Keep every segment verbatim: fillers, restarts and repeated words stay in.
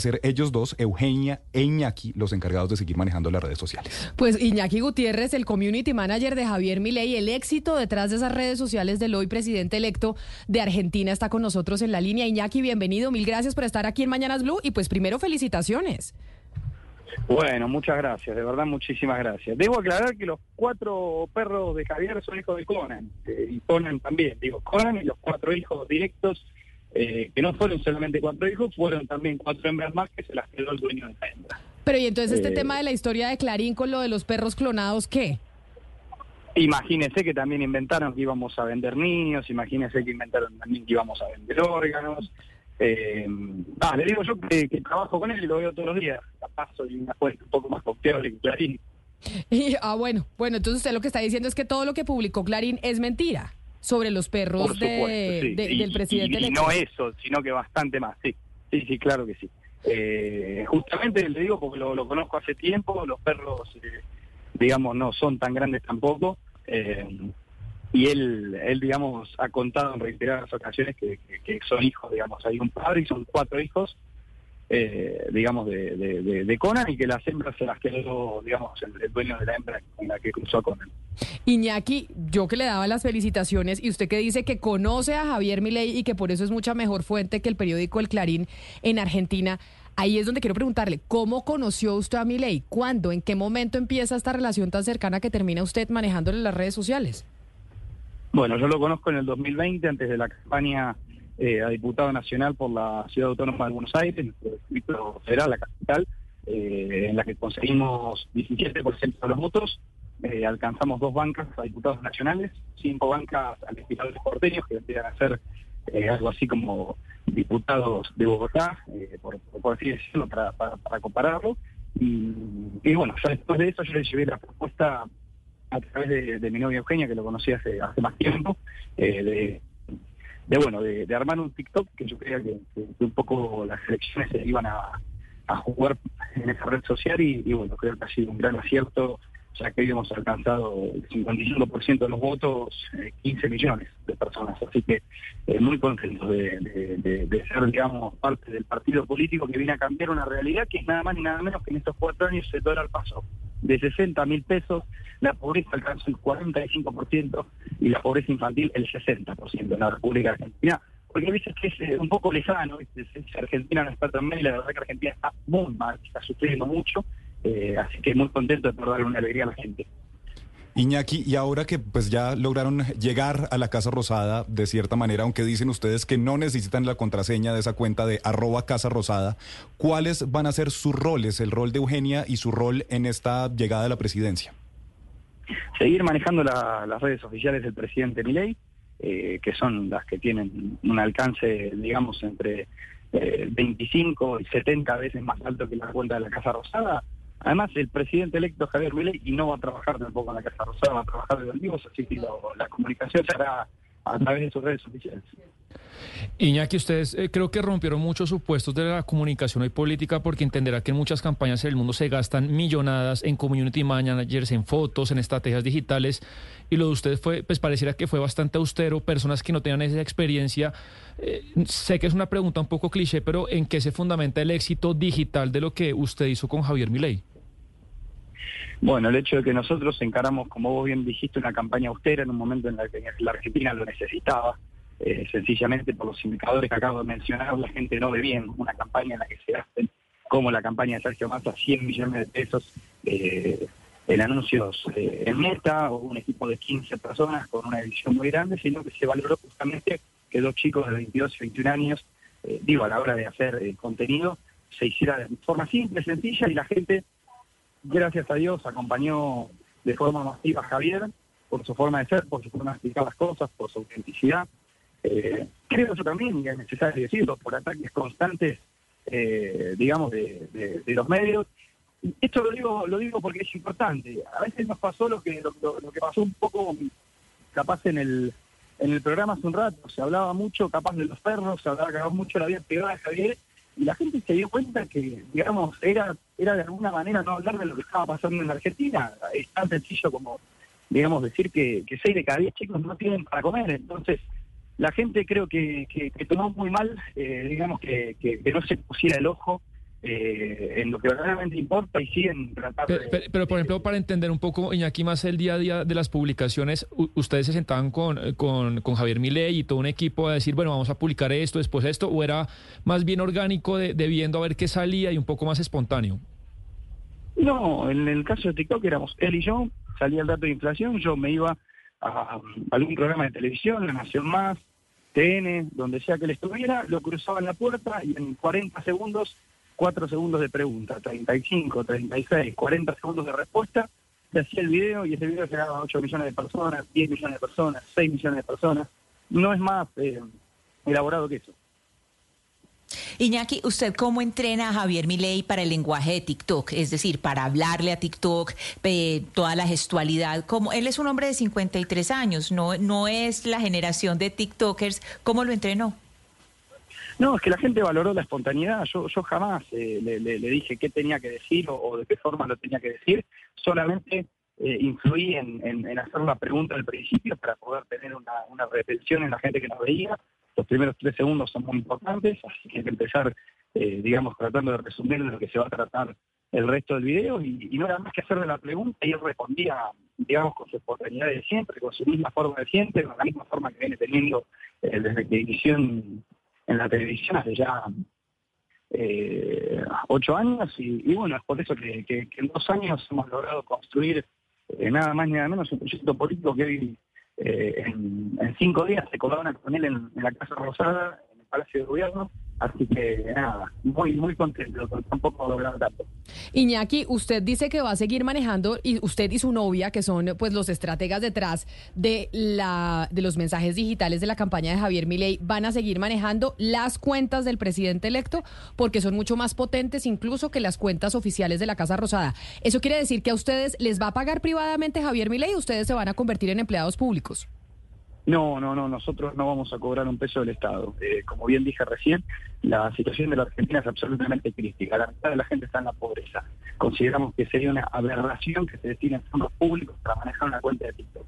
ser ellos dos, Eugenia e Iñaki, los encargados de seguir manejando las redes sociales. Pues Iñaki Gutiérrez, el community manager de Javier Milei, el éxito detrás de esas redes sociales del hoy presidente electo de Argentina, está con nosotros en la línea. Iñaki, bienvenido, mil gracias por estar aquí en Mañanas Blue y pues primero felicitaciones. Bueno, muchas gracias, de verdad muchísimas gracias. Debo aclarar que los cuatro perros de Javier son hijos de Conan, eh, y Conan también, digo, Conan y los cuatro hijos directos, eh, que no fueron solamente cuatro hijos, fueron también cuatro hembras más que se las quedó el dueño de la hembra. Pero y entonces este eh, tema de la historia de Clarín con lo de los perros clonados, ¿qué? Imagínense que también inventaron que íbamos a vender niños, imagínense que inventaron también que íbamos a vender órganos. Eh, ah, le digo yo que, que trabajo con él y lo veo todos los días. Capaz soy una fuente un poco más confiable que Clarín. Y, ah, bueno, bueno, entonces usted lo que está diciendo es que todo lo que publicó Clarín es mentira sobre los perros Por supuesto, de, sí. de, y, del presidente y, y electo. no eso, sino que bastante más, sí. Sí, sí, claro que sí. Eh, justamente le digo porque lo, lo conozco hace tiempo, los perros, eh, digamos, no son tan grandes tampoco. Eh, Y él, él, digamos, ha contado en reiteradas ocasiones que, que, que son hijos, digamos, hay un padre y son cuatro hijos, eh, digamos, de, de, de, de Conan, y que las hembras se las quedó, digamos, el, el dueño de la hembra con la que cruzó a Conan. Iñaki, yo que le daba las felicitaciones y usted que dice que conoce a Javier Milei y que por eso es mucha mejor fuente que el periódico El Clarín en Argentina, ahí es donde quiero preguntarle, ¿cómo conoció usted a Milei? ¿Cuándo? ¿En qué momento empieza esta relación tan cercana que termina usted manejándole las redes sociales? Bueno, yo lo conozco en el dos mil veinte, antes de la campaña eh, a diputado nacional por la Ciudad Autónoma de Buenos Aires, nuestro distrito federal, la capital, eh, en la que conseguimos diecisiete por ciento de los votos, eh, alcanzamos dos bancas a diputados nacionales, cinco bancas a legisladores porteños, que vendrían a ser eh, algo así como diputados de Bogotá, eh, por, por así decirlo, para, para, para compararlo. Y, y bueno, ya después de eso yo le llevé la propuesta a través de, de mi novia Eugenia, que lo conocí hace, hace más tiempo, eh, de, de bueno, de, de armar un TikTok que yo creía que, que, que un poco las elecciones se iban a, a jugar en esa red social y, y bueno, creo que ha sido un gran acierto, ya que hoy hemos alcanzado el cincuenta y cinco por ciento de los votos, eh, quince millones de personas, así que eh, muy contentos de, de, de, de ser, digamos, parte del partido político que viene a cambiar una realidad que es nada más ni nada menos que en estos cuatro años el dólar pasó de sesenta mil pesos, la pobreza alcanzó el cuarenta y cinco por ciento y la pobreza infantil el sesenta por ciento en la República Argentina, porque dices que es eh, un poco lejano, ¿viste? Argentina no está tan mal y la verdad que Argentina está muy mal, está sufriendo mucho, eh, así que muy contento de poder darle una alegría a la gente. Iñaki, y ahora que pues ya lograron llegar a la Casa Rosada, de cierta manera, aunque dicen ustedes que no necesitan la contraseña de esa cuenta de arroba Casa Rosada, ¿cuáles van a ser sus roles, el rol de Eugenia y su rol en esta llegada a la presidencia? Seguir manejando la, las redes oficiales del presidente Milei, eh, que son las que tienen un alcance, digamos, entre eh, veinticinco y setenta veces más alto que la cuenta de la Casa Rosada. Además, el presidente electo Javier Milei y no va a trabajar tampoco en la Casa Rosada, va a trabajar de olivos, así que lo, la comunicación se hará a través de sus redes oficiales. Iñaki, ustedes eh, creo que rompieron muchos supuestos de la comunicación y política, porque entenderá que en muchas campañas en el mundo se gastan millonadas en community managers, en fotos, en estrategias digitales, y lo de ustedes fue, pues pareciera que fue bastante austero, personas que no tenían esa experiencia. Eh, sé que es una pregunta un poco cliché, pero ¿en qué se fundamenta el éxito digital de lo que usted hizo con Javier Milei? Bueno, el hecho de que nosotros encaramos, como vos bien dijiste, una campaña austera en un momento en el que la Argentina lo necesitaba, eh, sencillamente por los indicadores que acabo de mencionar, la gente no ve bien una campaña en la que se gasten, como la campaña de Sergio Massa, cien millones de pesos eh, en anuncios eh, en Meta, o un equipo de quince personas con una edición muy grande, sino que se valoró justamente que dos chicos de veintidós y veintiún años, eh, digo, a la hora de hacer eh, contenido, se hiciera de forma simple, sencilla, y la gente, gracias a Dios, acompañó de forma masiva a Javier por su forma de ser, por su forma de explicar las cosas, por su autenticidad. Eh, creo yo también, y es necesario decirlo, por ataques constantes, eh, digamos, de, de, de los medios. Esto lo digo lo digo porque es importante. A veces nos pasó lo que lo, lo, lo que pasó un poco, capaz en el en el programa hace un rato, se hablaba mucho, capaz de los perros, se hablaba capaz mucho de la vida privada de Javier, y la gente se dio cuenta que, digamos, era era de alguna manera no hablar de lo que estaba pasando en la Argentina. Es tan sencillo como, digamos, decir que, que seis de cada diez chicos no tienen para comer. Entonces, la gente creo que, que, que tomó muy mal, eh, digamos, que, que, que no se pusiera el ojo eh, en lo que verdaderamente importa y siguen tratando Pero, de... pero, pero, por ejemplo, para entender un poco, Iñaki, más el día a día de las publicaciones, u- ustedes se sentaban con, con, con Javier Milei y todo un equipo a decir, bueno, vamos a publicar esto, después esto, o era más bien orgánico de, de viendo a ver qué salía y un poco más espontáneo. No, en el caso de TikTok éramos él y yo, salía el dato de inflación, yo me iba a, a algún programa de televisión, La Nación Más, T N, donde sea que él estuviera, lo cruzaba en la puerta y en cuarenta segundos, cuatro segundos de pregunta, treinta y cinco, treinta y seis, cuarenta segundos de respuesta, se hacía el video y ese video llegaba a ocho millones de personas, diez millones de personas, seis millones de personas. No es más eh, elaborado que eso. Iñaki, ¿usted cómo entrena a Javier Milei para el lenguaje de TikTok? Es decir, para hablarle a TikTok, eh, toda la gestualidad. Como él es un hombre de cincuenta y tres años, no, no es la generación de TikTokers. ¿Cómo lo entrenó? No, es que la gente valoró la espontaneidad. Yo, yo jamás eh, le, le, le dije qué tenía que decir o, o de qué forma lo tenía que decir. Solamente eh, influí en, en, en hacer la pregunta al principio para poder tener una, una retención en la gente que nos veía. Los primeros tres segundos son muy importantes, así que hay que empezar, eh, digamos, tratando de resumir de lo que se va a tratar el resto del video, y, y no era más que hacerle la pregunta y él respondía, digamos, con su espontaneidad de siempre, con su misma forma de siempre, con la misma forma que viene teniendo eh, desde que inició en, en la televisión hace ya eh, ocho años, y, y bueno, es por eso que, que, que en dos años hemos logrado construir eh, nada más ni nada menos un proyecto político que hoy Eh, en, en cinco días se colaboran con él en, en la Casa Rosada, en el Palacio de Gobierno, así que nada, muy muy contento, con tampoco lograr tanto. Iñaki, usted dice que va a seguir manejando, y usted y su novia, que son pues los estrategas detrás de la de los mensajes digitales de la campaña de Javier Milei, van a seguir manejando las cuentas del presidente electo porque son mucho más potentes incluso que las cuentas oficiales de la Casa Rosada. ¿Eso quiere decir que a ustedes les va a pagar privadamente Javier Milei y ustedes se van a convertir en empleados públicos? No, no, no, nosotros no vamos a cobrar un peso del Estado. Eh, como bien dije recién, la situación de la Argentina es absolutamente crítica. La mitad de la gente está en la pobreza. Consideramos que sería una aberración que se destinen fondos públicos para manejar una cuenta de TikTok.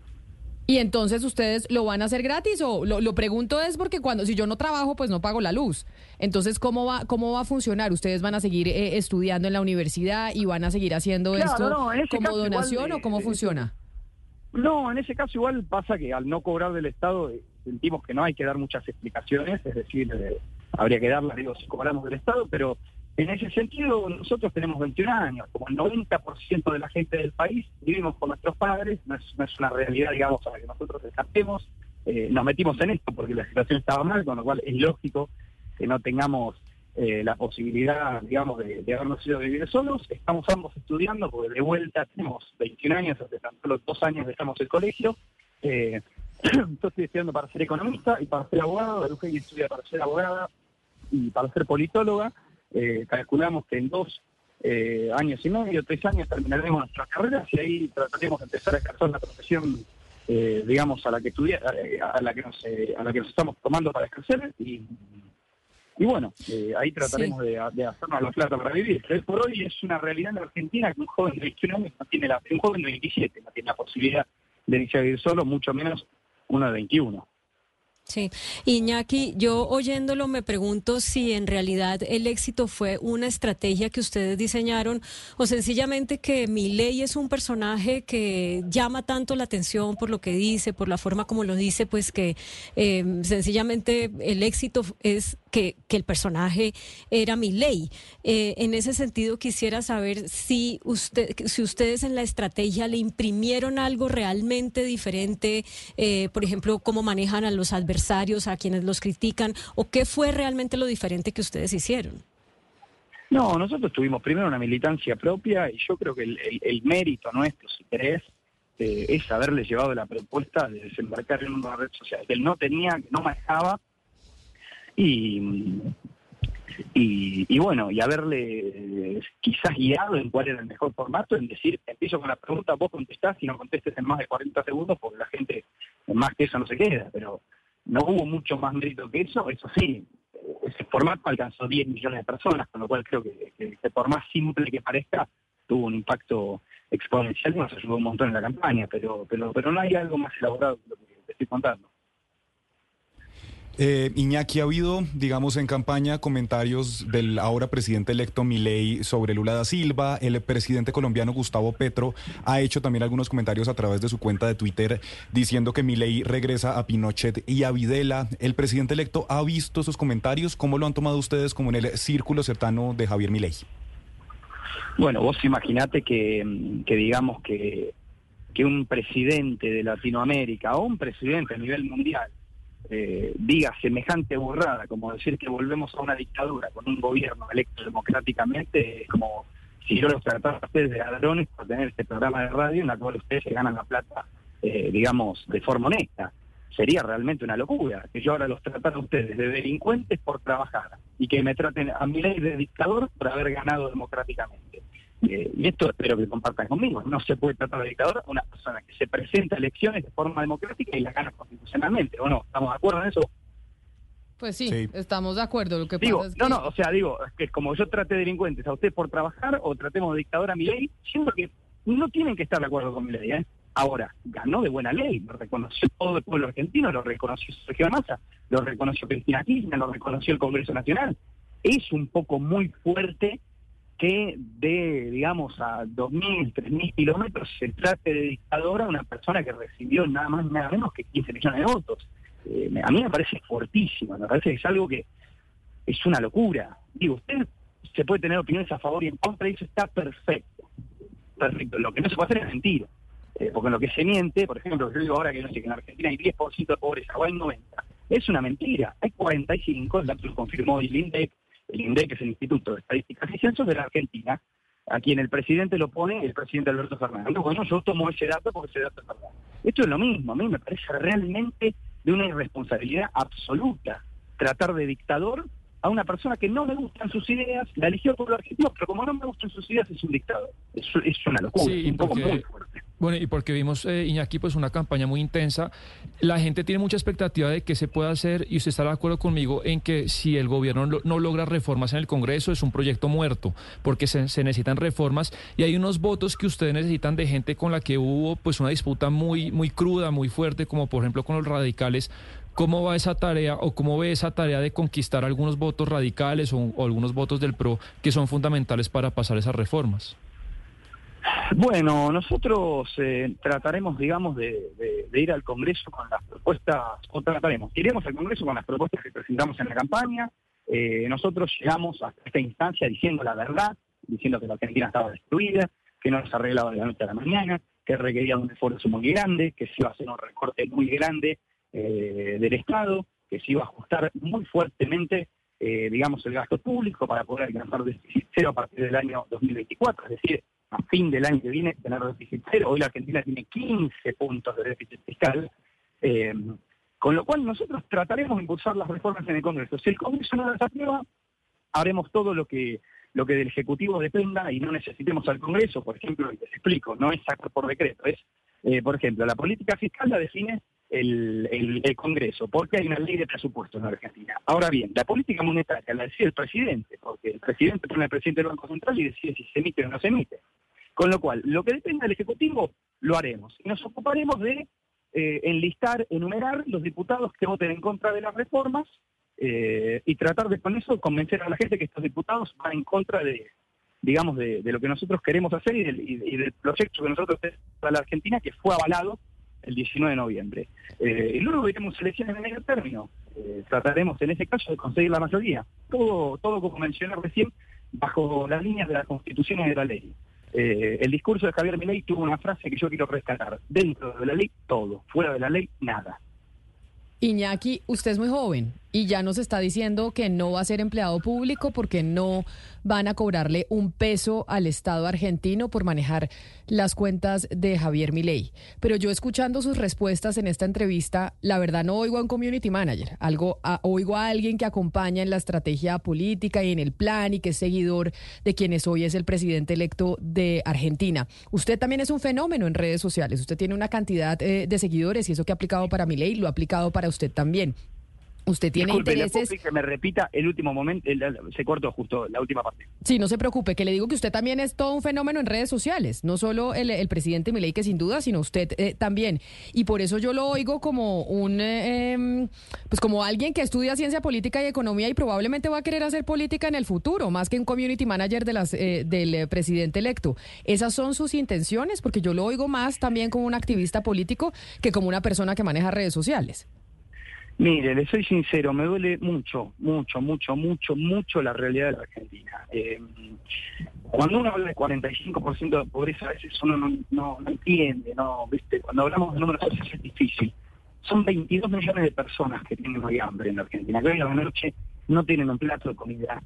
¿Y entonces ustedes lo van a hacer gratis? O lo, lo pregunto es porque cuando si yo no trabajo, pues no pago la luz. Entonces, ¿cómo va cómo va a funcionar? ¿Ustedes van a seguir eh, estudiando en la universidad y van a seguir haciendo Claro, esto no, en ese como caso donación igual, o cómo eh, funciona? No, en ese caso igual pasa que al no cobrar del Estado eh, sentimos que no hay que dar muchas explicaciones, es decir, eh, habría que darlas, digo, si cobramos del Estado, pero en ese sentido nosotros tenemos veintiún años, como el noventa por ciento de la gente del país vivimos con nuestros padres, no es, no es una realidad, digamos, a la que nosotros escapemos, eh, nos metimos en esto porque la situación estaba mal, con lo cual es lógico que no tengamos Eh, la posibilidad, digamos, de, de habernos ido a vivir solos. Estamos ambos estudiando, porque de vuelta tenemos veintiún años, hace tan solo dos años dejamos el colegio. Eh, yo estoy estudiando para ser economista y para ser abogado, Eugenia estudia para ser abogada y para ser politóloga. Eh, calculamos que en dos eh, años y medio, tres años terminaremos nuestras carreras y ahí trataremos de empezar a ejercer la profesión, eh, digamos, a la que estudia, a, a la que nos, eh, a la que nos estamos tomando para ejercer, y Y bueno, eh, ahí trataremos sí. de, de hacernos la plata para vivir. Pero por hoy es una realidad en la Argentina que un joven de veintiún años no tiene la, un joven de veintisiete no tiene la posibilidad de irse a vivir solo, mucho menos uno de veintiuno. Sí, Iñaki, yo oyéndolo me pregunto si en realidad el éxito fue una estrategia que ustedes diseñaron o sencillamente que Milei es un personaje que llama tanto la atención por lo que dice, por la forma como lo dice, pues que eh, sencillamente el éxito es que, que el personaje era Milei. Eh, en ese sentido quisiera saber si usted, si ustedes en la estrategia le imprimieron algo realmente diferente, eh, por ejemplo, cómo manejan a los adversarios, a quienes los critican, o qué fue realmente lo diferente que ustedes hicieron. No, nosotros tuvimos primero una militancia propia y yo creo que el, el, el mérito nuestro, si querés, eh, es haberle llevado la propuesta de desembarcar en una red social que él no tenía, que no manejaba, y, y, y bueno, y haberle eh, quizás guiado en cuál era el mejor formato, en decir, empiezo con la pregunta, vos contestás y no contestes en más de cuarenta segundos porque la gente en más que eso no se queda, pero no hubo mucho más mérito que eso. Eso sí, ese formato alcanzó diez millones de personas, con lo cual creo que, que, que por más simple que parezca, tuvo un impacto exponencial que nos ayudó un montón en la campaña, pero pero pero no hay algo más elaborado que lo que te estoy contando. Eh, Iñaki, ha habido, digamos, en campaña comentarios del ahora presidente electo Milei sobre Lula da Silva. El presidente colombiano Gustavo Petro ha hecho también algunos comentarios a través de su cuenta de Twitter diciendo que Milei regresa a Pinochet y a Videla. ¿El presidente electo ha visto esos comentarios? ¿Cómo lo han tomado ustedes como en el círculo cercano de Javier Milei? Bueno, vos imaginate que, que digamos que, que un presidente de Latinoamérica o un presidente a nivel mundial Eh, diga semejante burrada, como decir que volvemos a una dictadura con un gobierno electo democráticamente, es como si yo los tratara a ustedes de ladrones por tener este programa de radio en la cual ustedes se ganan la plata, eh, digamos, de forma honesta. Sería realmente una locura que yo ahora los tratara a ustedes de delincuentes por trabajar y que me traten a mi ley de dictador por haber ganado democráticamente. Eh, y esto espero que compartan conmigo. No se puede tratar de dictador a una persona que se presenta a elecciones de forma democrática y la gana constitucionalmente, ¿o no? ¿Estamos de acuerdo en eso? Pues sí, Sí. estamos de acuerdo. Lo que Digo, pasa es que... no, no, o sea, digo, es que como yo traté de delincuentes a ustedes por trabajar o tratemos de dictador a mi ley, siento que no tienen que estar de acuerdo con mi ley, ¿eh? Ahora, ganó de buena ley, lo reconoció todo el pueblo argentino, lo reconoció Sergio Massa, lo reconoció Cristina Kirchner, lo reconoció el Congreso Nacional. Es un poco muy fuerte que de, digamos, a dos mil, tres mil kilómetros se trate de dictador a una persona que recibió nada más nada menos que quince millones de votos. Eh, a mí me parece fortísimo, me parece que es algo que es una locura. Digo, usted se puede tener opiniones a favor y en contra y eso está perfecto. Perfecto. Lo que no se puede hacer es mentir. Eh, porque en lo que se miente, por ejemplo, yo digo ahora que no sé, que en Argentina hay diez por ciento de pobreza o hay noventa por ciento. Es una mentira. Hay cuarenta y cinco por ciento, el dato lo confirmó el INDEC. El INDEC es el Instituto de Estadísticas y Censos de la Argentina, a quien el presidente lo pone el presidente Alberto Fernández. Bueno, yo tomo ese dato porque ese dato es verdad. Esto es lo mismo, a mí me parece realmente de una irresponsabilidad absoluta tratar de dictador a una persona que no me gustan sus ideas, la eligió el pueblo argentino, pero como no me gustan sus ideas es un dictador. Es, es una locura, Sí, es un poco porque- muy fuerte. Bueno, y porque vimos, eh, Iñaki, pues una campaña muy intensa. La gente tiene mucha expectativa de qué se puede hacer y usted está de acuerdo conmigo en que si el gobierno no, no logra reformas en el Congreso es un proyecto muerto, porque se, se necesitan reformas y hay unos votos que ustedes necesitan de gente con la que hubo pues una disputa muy, muy cruda, muy fuerte, como por ejemplo con los radicales. ¿Cómo va esa tarea o cómo ve esa tarea de conquistar algunos votos radicales o, o algunos votos del P R O que son fundamentales para pasar esas reformas? Bueno, nosotros eh, trataremos, digamos, de, de, de ir al Congreso con las propuestas, o trataremos, iremos al Congreso con las propuestas que presentamos en la campaña. Eh, nosotros llegamos a esta instancia diciendo la verdad, diciendo que la Argentina estaba destruida, que no se arreglaba de la noche a la mañana, que requería un esfuerzo muy grande, que se iba a hacer un recorte muy grande eh, del Estado, que se iba a ajustar muy fuertemente, eh, digamos, el gasto público para poder alcanzar déficit cero a partir del año dos mil veinticuatro, es decir, a fin del año que viene tener déficit cero. Hoy la Argentina tiene quince puntos de déficit fiscal, eh, con lo cual nosotros trataremos de impulsar las reformas en el Congreso. Si el Congreso no las aprueba, haremos todo lo que lo que del Ejecutivo dependa y no necesitemos al Congreso. Por ejemplo, y les explico, no es sacar por decreto, es, eh, por ejemplo, la política fiscal la define el, el, el Congreso, porque hay una ley de presupuesto en la Argentina. Ahora bien, la política monetaria la decide el presidente, porque el presidente pone al presidente del Banco Central y decide si se emite o no se emite. Con lo cual, lo que dependa del Ejecutivo, lo haremos. Y nos ocuparemos de eh, enlistar, enumerar los diputados que voten en contra de las reformas eh, y tratar de con eso convencer a la gente que estos diputados van en contra de, digamos, de, de lo que nosotros queremos hacer y del, y, y del proyecto que nosotros tenemos para la Argentina, que fue avalado el diecinueve de noviembre. Eh, y luego iremos elecciones de medio término. Eh, trataremos en ese caso de conseguir la mayoría. Todo, todo como mencioné recién, bajo las líneas de la Constitución y de la ley. Eh, el discurso de Javier Milei tuvo una frase que yo quiero rescatar. Dentro de la ley, todo. Fuera de la ley, nada. Iñaki, usted es muy joven y ya nos está diciendo que no va a ser empleado público porque no van a cobrarle un peso al Estado argentino por manejar las cuentas de Javier Milei. Pero yo escuchando sus respuestas en esta entrevista, la verdad no oigo a un community manager, algo a, oigo a alguien que acompaña en la estrategia política y en el plan y que es seguidor de quienes hoy es el presidente electo de Argentina. Usted también es un fenómeno en redes sociales, usted tiene una cantidad eh, de seguidores y eso que ha aplicado para Milei lo ha aplicado para usted también. Usted tiene Disculpe, intereses... ¿le puedo pedir que me repita el último momento? El- el- se cortó justo la última parte. Sí, no se preocupe, que le digo que usted también es todo un fenómeno en redes sociales, no solo el, el presidente Milei, que sin duda, sino usted eh, también. Y por eso yo lo oigo como un, eh, em, pues como alguien que estudia ciencia política y economía y probablemente va a querer hacer política en el futuro, más que un community manager de las, eh, del eh, presidente electo. ¿Esas son sus intenciones? Porque yo lo oigo más también como un activista político que como una persona que maneja redes sociales. Mire, le soy sincero, me duele mucho, mucho, mucho, mucho, mucho la realidad de la Argentina. Eh, cuando uno habla de cuarenta y cinco por ciento de pobreza, a veces uno no, no, no entiende, ¿no? ¿Viste? Cuando hablamos de números sociales es difícil. Son veintidós millones de personas que tienen hoy hambre en la Argentina, que hoy a la noche no tienen un plato de comida.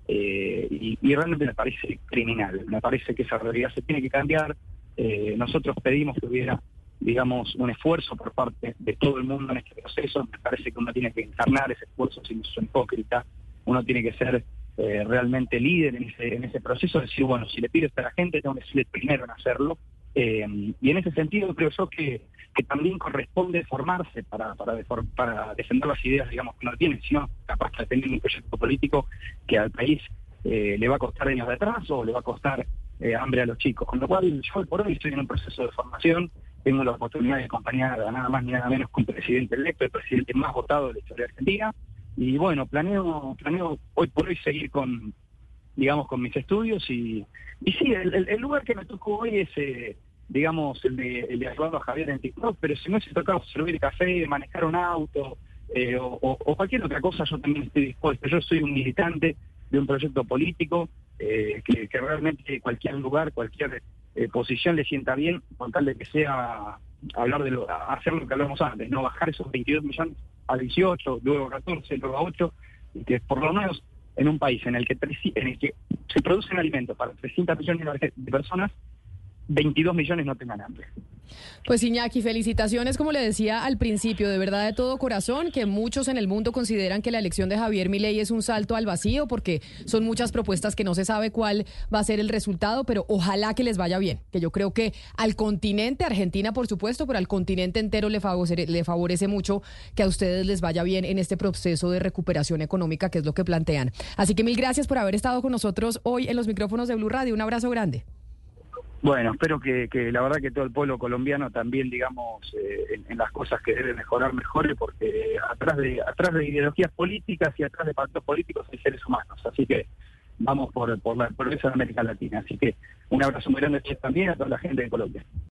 Eh, y, y realmente me parece criminal, me parece que esa realidad se tiene que cambiar. Eh, nosotros pedimos que hubiera, digamos, un esfuerzo por parte de todo el mundo en este proceso. Me parece que uno tiene que encarnar ese esfuerzo sin ser hipócrita. Uno tiene que ser eh, realmente líder en ese, en ese proceso, decir, bueno, si le pido esto a la gente, tengo que ser el primero en hacerlo. Eh, y en ese sentido creo yo que, que también corresponde formarse para, para, defor- para defender las ideas, digamos, que uno tiene, sino capaz de tener un proyecto político que al país eh, le va a costar años de atraso o le va a costar eh, hambre a los chicos. Con lo cual yo hoy por hoy estoy en un proceso de formación. Tengo la oportunidad de acompañar a nada más ni nada menos que un presidente electo, el presidente más votado de la historia argentina. Y bueno, planeo planeo hoy por hoy seguir con, digamos, con mis estudios. Y, y sí, el, el- el lugar que me tocó hoy es, eh, digamos, el de, el de ayudando a Javier en TikTok, pero si me hubiese tocado servir café, manejar un auto eh, o, o- o cualquier otra cosa, yo también estoy dispuesto. Yo soy un militante de un proyecto político eh, que, que realmente cualquier lugar, cualquier eh, posición le sienta bien, con tal de que sea hablar de lo, hacer lo que hablamos antes, no bajar esos veintidós millones a dieciocho, luego a catorce, luego a ocho, y que por lo menos en un país en el que treci- en el que se producen alimentos para trescientos millones de de personas, veintidós millones no tengan hambre. Pues Iñaki, felicitaciones, como le decía al principio, de verdad de todo corazón, que muchos en el mundo consideran que la elección de Javier Milei es un salto al vacío, porque son muchas propuestas que no se sabe cuál va a ser el resultado, pero ojalá que les vaya bien, que yo creo que al continente, Argentina por supuesto, pero al continente entero le favorece, le favorece mucho que a ustedes les vaya bien en este proceso de recuperación económica, que es lo que plantean. Así que mil gracias por haber estado con nosotros hoy en los micrófonos de Blue Radio. Un abrazo grande. Bueno, espero que, que la verdad que todo el pueblo colombiano también, digamos, eh, en, en las cosas que debe mejorar, mejore, porque atrás de atrás de ideologías políticas y atrás de partidos políticos hay seres humanos. Así que vamos por, por la progreso de América Latina. Así que un abrazo muy grande a ustedes también, a toda la gente de Colombia.